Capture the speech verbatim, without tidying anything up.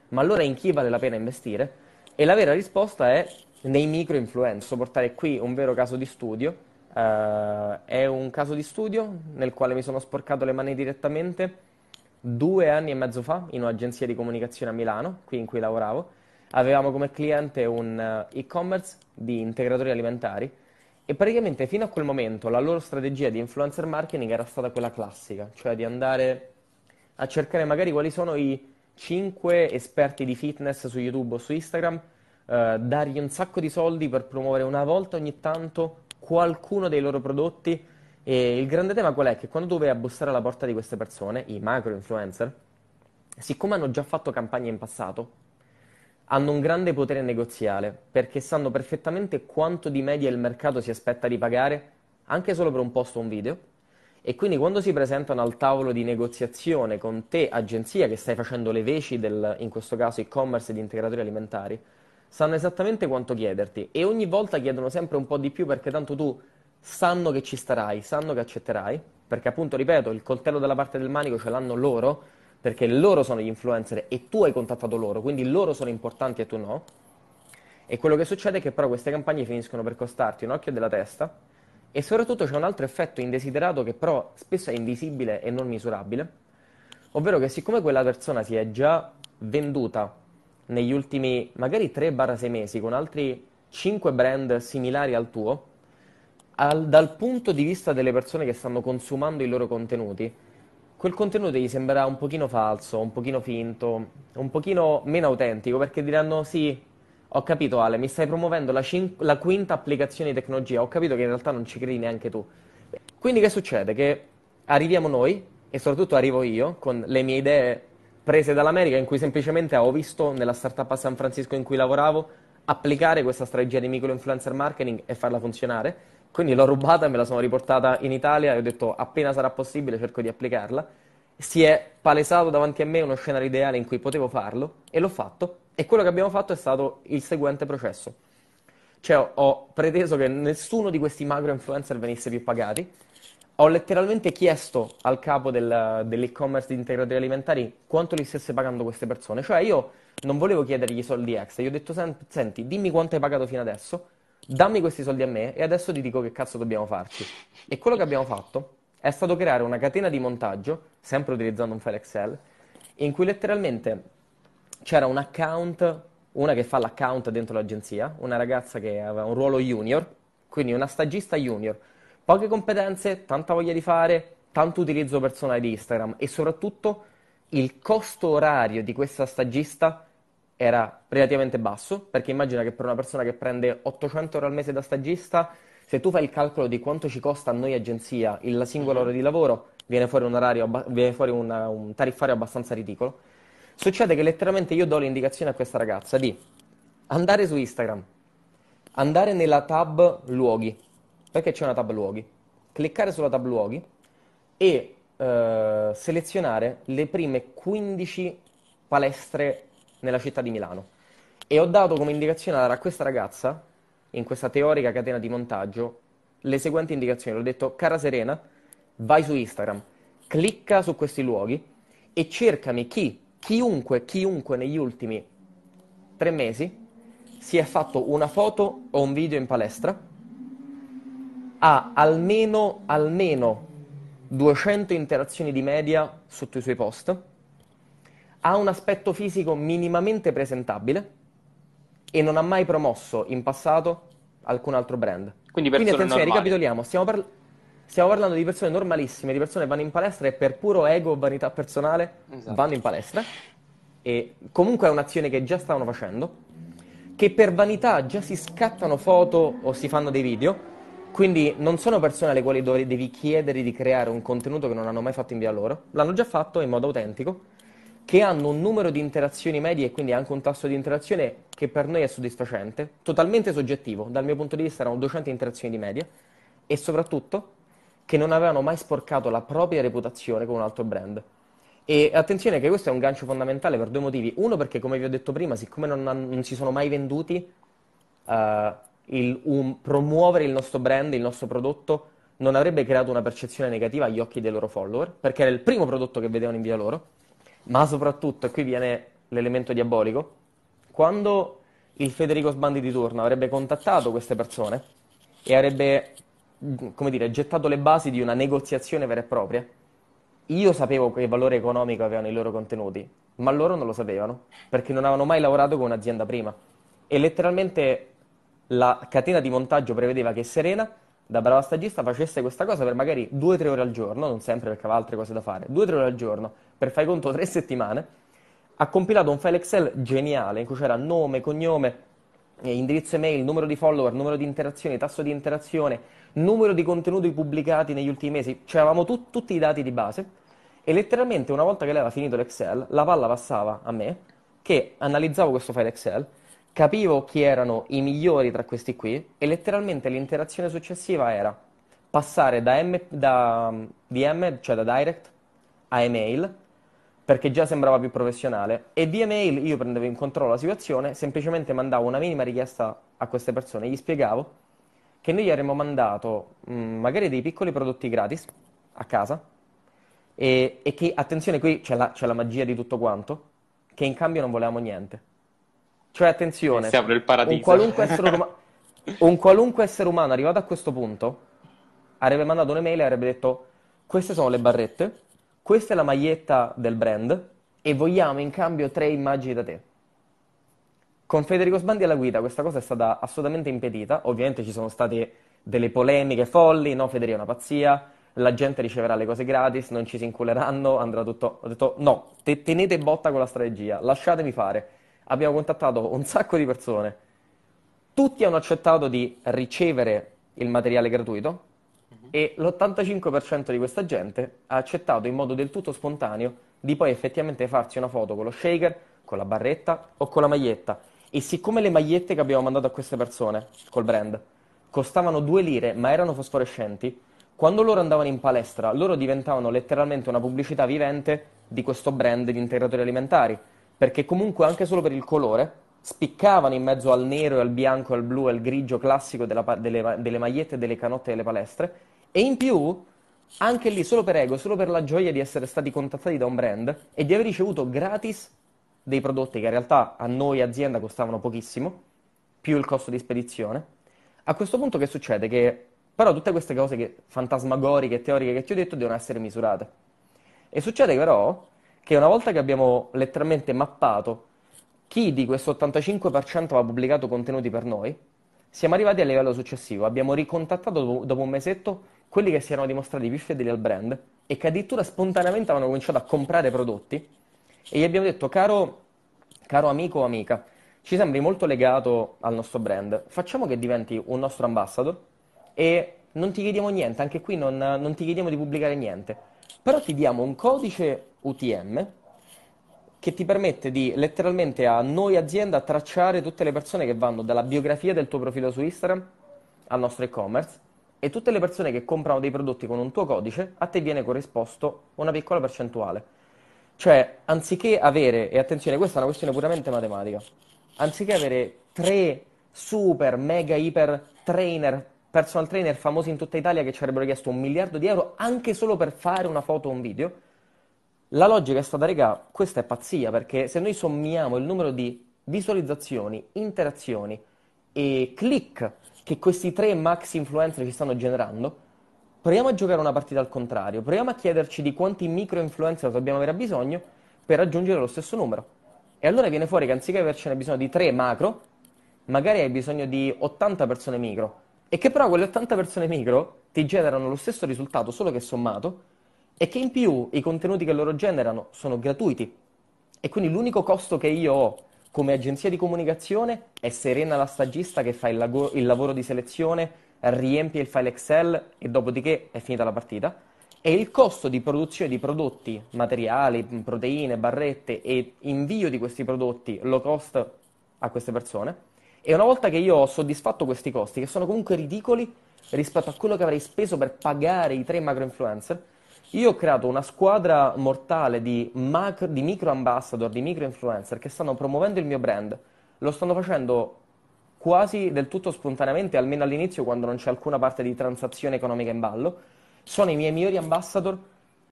ma allora in chi vale la pena investire? E la vera risposta è nei micro influencer. Posso portare qui un vero caso di studio. Eh, è un caso di studio nel quale mi sono sporcato le mani direttamente due anni e mezzo fa in un'agenzia di comunicazione a Milano, qui in cui lavoravo. Avevamo come cliente un eh, e-commerce di integratori alimentari e praticamente fino a quel momento la loro strategia di influencer marketing era stata quella classica, cioè di andare a cercare magari quali sono i cinque esperti di fitness su YouTube o su Instagram, eh, dargli un sacco di soldi per promuovere una volta ogni tanto qualcuno dei loro prodotti. E il grande tema qual è? Che quando tu vai a bussare alla porta di queste persone, i macro influencer, siccome hanno già fatto campagne in passato, hanno un grande potere negoziale perché sanno perfettamente quanto di media il mercato si aspetta di pagare anche solo per un post o un video. E quindi quando si presentano al tavolo di negoziazione con te, agenzia che stai facendo le veci del, in questo caso, e-commerce ed integratori alimentari, sanno esattamente quanto chiederti e ogni volta chiedono sempre un po' di più perché tanto tu sanno che ci starai, sanno che accetterai, perché appunto, ripeto, il coltello dalla parte del manico ce l'hanno loro, perché loro sono gli influencer e tu hai contattato loro, quindi loro sono importanti e tu no. E quello che succede è che però queste campagne finiscono per costarti un occhio della testa e soprattutto c'è un altro effetto indesiderato che però spesso è invisibile e non misurabile, ovvero che siccome quella persona si è già venduta negli ultimi magari tre sei mesi con altri cinque brand similari al tuo, al- dal punto di vista delle persone che stanno consumando i loro contenuti, quel contenuto gli sembrerà un pochino falso, un pochino finto, un pochino meno autentico, perché diranno sì, ho capito Ale, mi stai promuovendo la, cin- la quinta applicazione di tecnologia, ho capito che in realtà non ci credi neanche tu. Quindi che succede? Che arriviamo noi, e soprattutto arrivo io, con le mie idee prese dall'America, in cui semplicemente avevo visto nella startup a San Francisco in cui lavoravo applicare questa strategia di micro influencer marketing e farla funzionare. Quindi l'ho rubata e me la sono riportata in Italia e ho detto appena sarà possibile cerco di applicarla. Si è palesato davanti a me uno scenario ideale in cui potevo farlo e l'ho fatto. E quello che abbiamo fatto è stato il seguente processo. Cioè ho, ho preteso che nessuno di questi macro influencer venisse più pagati. Ho letteralmente chiesto al capo del- dell'e-commerce di integratori alimentari quanto li stesse pagando queste persone. Cioè io non volevo chiedergli i soldi extra, gli ho detto "Sen- senti, dimmi quanto hai pagato fino adesso, dammi questi soldi a me e adesso ti dico che cazzo dobbiamo farci. E quello che abbiamo fatto è stato creare una catena di montaggio, sempre utilizzando un file Excel, in cui letteralmente c'era un account, una che fa l'account dentro l'agenzia, una ragazza che aveva un ruolo junior, quindi una stagista junior, poche competenze, tanta voglia di fare, tanto utilizzo personale di Instagram e soprattutto il costo orario di questa stagista era relativamente basso, perché immagina che per una persona che prende ottocento euro al mese da stagista, se tu fai il calcolo di quanto ci costa a noi agenzia il singolo ora Mhm. di lavoro, viene fuori un orario, abba- viene fuori una- un tariffario abbastanza ridicolo. Succede che letteralmente io do l'indicazione a questa ragazza di andare su Instagram, andare nella tab luoghi, perché c'è una tab luoghi, cliccare sulla tab luoghi e eh, selezionare le prime quindici palestre nella città di Milano. E ho dato come indicazione a questa ragazza, in questa teorica catena di montaggio, le seguenti indicazioni. Ho detto, cara Serena, vai su Instagram, clicca su questi luoghi e cercami chi, chiunque, chiunque negli ultimi tre mesi si è fatto una foto o un video in palestra, ha almeno, almeno duecento interazioni di media sotto i suoi post, ha un aspetto fisico minimamente presentabile e non ha mai promosso in passato alcun altro brand. Quindi Quindi persone attenzione, normali. ricapitoliamo, stiamo, parl- stiamo parlando di persone normalissime, di persone che vanno in palestra e per puro ego o vanità personale vanno Esatto. in palestra e comunque è un'azione che già stavano facendo, che per vanità già si scattano foto o si fanno dei video, quindi non sono persone alle quali dov- devi chiedere di creare un contenuto che non hanno mai fatto in via loro, l'hanno già fatto in modo autentico, che hanno un numero di interazioni medie e quindi anche un tasso di interazione che per noi è soddisfacente, totalmente soggettivo, dal mio punto di vista erano duecento interazioni di media, e soprattutto che non avevano mai sporcato la propria reputazione con un altro brand. E attenzione che questo è un gancio fondamentale per due motivi. Uno perché, come vi ho detto prima, siccome non, han- non si sono mai venduti, eh, il- un- promuovere il nostro brand, il nostro prodotto, non avrebbe creato una percezione negativa agli occhi dei loro follower, perché era il primo prodotto che vedevano in via loro, ma soprattutto, e qui viene l'elemento diabolico? Quando il Federico Sbandi di turno avrebbe contattato queste persone e avrebbe, come dire, gettato le basi di una negoziazione vera e propria, io sapevo che valore economico avevano i loro contenuti, ma loro non lo sapevano, perché non avevano mai lavorato con un'azienda prima. E letteralmente la catena di montaggio prevedeva che Serena, da brava stagista, facesse questa cosa per magari due tre ore al giorno, non sempre perché aveva altre cose da fare, due tre ore al giorno, per fai conto tre settimane, ha compilato un file Excel geniale in cui c'era nome, cognome, eh, indirizzo email, numero di follower, numero di interazioni, tasso di interazione, numero di contenuti pubblicati negli ultimi mesi, cioè avevamo tut- tutti i dati di base e letteralmente una volta che lei aveva finito l'Excel, la palla passava a me, che analizzavo questo file Excel, capivo chi erano i migliori tra questi qui e letteralmente l'interazione successiva era passare da, M, da D M, cioè da direct, a email, perché già sembrava più professionale, e via mail io prendevo in controllo la situazione, semplicemente mandavo una minima richiesta a queste persone, gli spiegavo che noi gli avremmo mandato mh, magari dei piccoli prodotti gratis a casa e, e che, attenzione, qui c'è la, c'è la magia di tutto quanto, che in cambio non volevamo niente. Cioè, E si attenzione, apre il un paradiso. qualunque essere, ruma- un qualunque essere umano arrivato a questo punto avrebbe mandato un'email e avrebbe detto: queste sono le barrette, questa è la maglietta del brand e vogliamo in cambio tre immagini da te. Con Federico Sbandi alla guida questa cosa è stata assolutamente impedita. Ovviamente ci sono state delle polemiche folli, no, Federico è una pazzia, la gente riceverà le cose gratis, non ci si inculeranno, andrà tutto... Ho detto no, te- tenete botta con la strategia, lasciatemi fare. Abbiamo contattato un sacco di persone, tutti hanno accettato di ricevere il materiale gratuito Mhm. e l'ottantacinque per cento di questa gente ha accettato in modo del tutto spontaneo di poi effettivamente farsi una foto con lo shaker, con la barretta o con la maglietta. E siccome le magliette che abbiamo mandato a queste persone col brand costavano due lire ma erano fosforescenti, quando loro andavano in palestra, loro diventavano letteralmente una pubblicità vivente di questo brand di integratori alimentari, perché comunque anche solo per il colore spiccavano in mezzo al nero e al bianco, al blu e al grigio classico della pa- delle, ma- delle magliette e delle canotte delle palestre, e in più, anche lì, solo per ego, solo per la gioia di essere stati contattati da un brand e di aver ricevuto gratis dei prodotti che in realtà a noi azienda costavano pochissimo, più il costo di spedizione. A questo punto che succede? Che però tutte queste cose che, fantasmagoriche e teoriche che ti ho detto devono essere misurate. E succede però che una volta che abbiamo letteralmente mappato chi di questo ottantacinque per cento aveva pubblicato contenuti per noi, siamo arrivati al livello successivo. Abbiamo ricontattato dopo, dopo un mesetto quelli che si erano dimostrati più fedeli al brand e che addirittura spontaneamente avevano cominciato a comprare prodotti e gli abbiamo detto, caro, caro amico o amica, ci sembri molto legato al nostro brand, facciamo che diventi un nostro ambassador e non ti chiediamo niente, anche qui non, non ti chiediamo di pubblicare niente, però ti diamo un codice U T M che ti permette di letteralmente a noi azienda tracciare tutte le persone che vanno dalla biografia del tuo profilo su Instagram al nostro e-commerce e tutte le persone che comprano dei prodotti con un tuo codice, a te viene corrisposto una piccola percentuale. Cioè, anziché avere, e attenzione, questa è una questione puramente matematica, anziché avere tre super, mega, iper trainer, personal trainer famosi in tutta Italia che ci avrebbero chiesto un miliardo di euro anche solo per fare una foto o un video, la logica è stata, regà, questa è pazzia, perché se noi sommiamo il numero di visualizzazioni, interazioni e click che questi tre max influencer ci stanno generando, proviamo a giocare una partita al contrario, proviamo a chiederci di quanti micro influencer dobbiamo avere bisogno per raggiungere lo stesso numero. E allora viene fuori che anziché avercene bisogno di tre macro, magari hai bisogno di ottanta persone micro, e che però quelle ottanta persone micro ti generano lo stesso risultato, solo che sommato, e che in più i contenuti che loro generano sono gratuiti. E quindi l'unico costo che io ho come agenzia di comunicazione è Serena la stagista che fa il, lago- il lavoro di selezione, riempie il file Excel e dopodiché è finita la partita. E il costo di produzione di prodotti, materiali, proteine, barrette e invio di questi prodotti low cost a queste persone. E una volta che io ho soddisfatto questi costi, che sono comunque ridicoli rispetto a quello che avrei speso per pagare i tre macro influencer, io ho creato una squadra mortale di, macro, di micro ambassador, di micro influencer che stanno promuovendo il mio brand. Lo stanno facendo quasi del tutto spontaneamente, almeno all'inizio, quando non c'è alcuna parte di transazione economica in ballo. Sono i miei migliori ambassador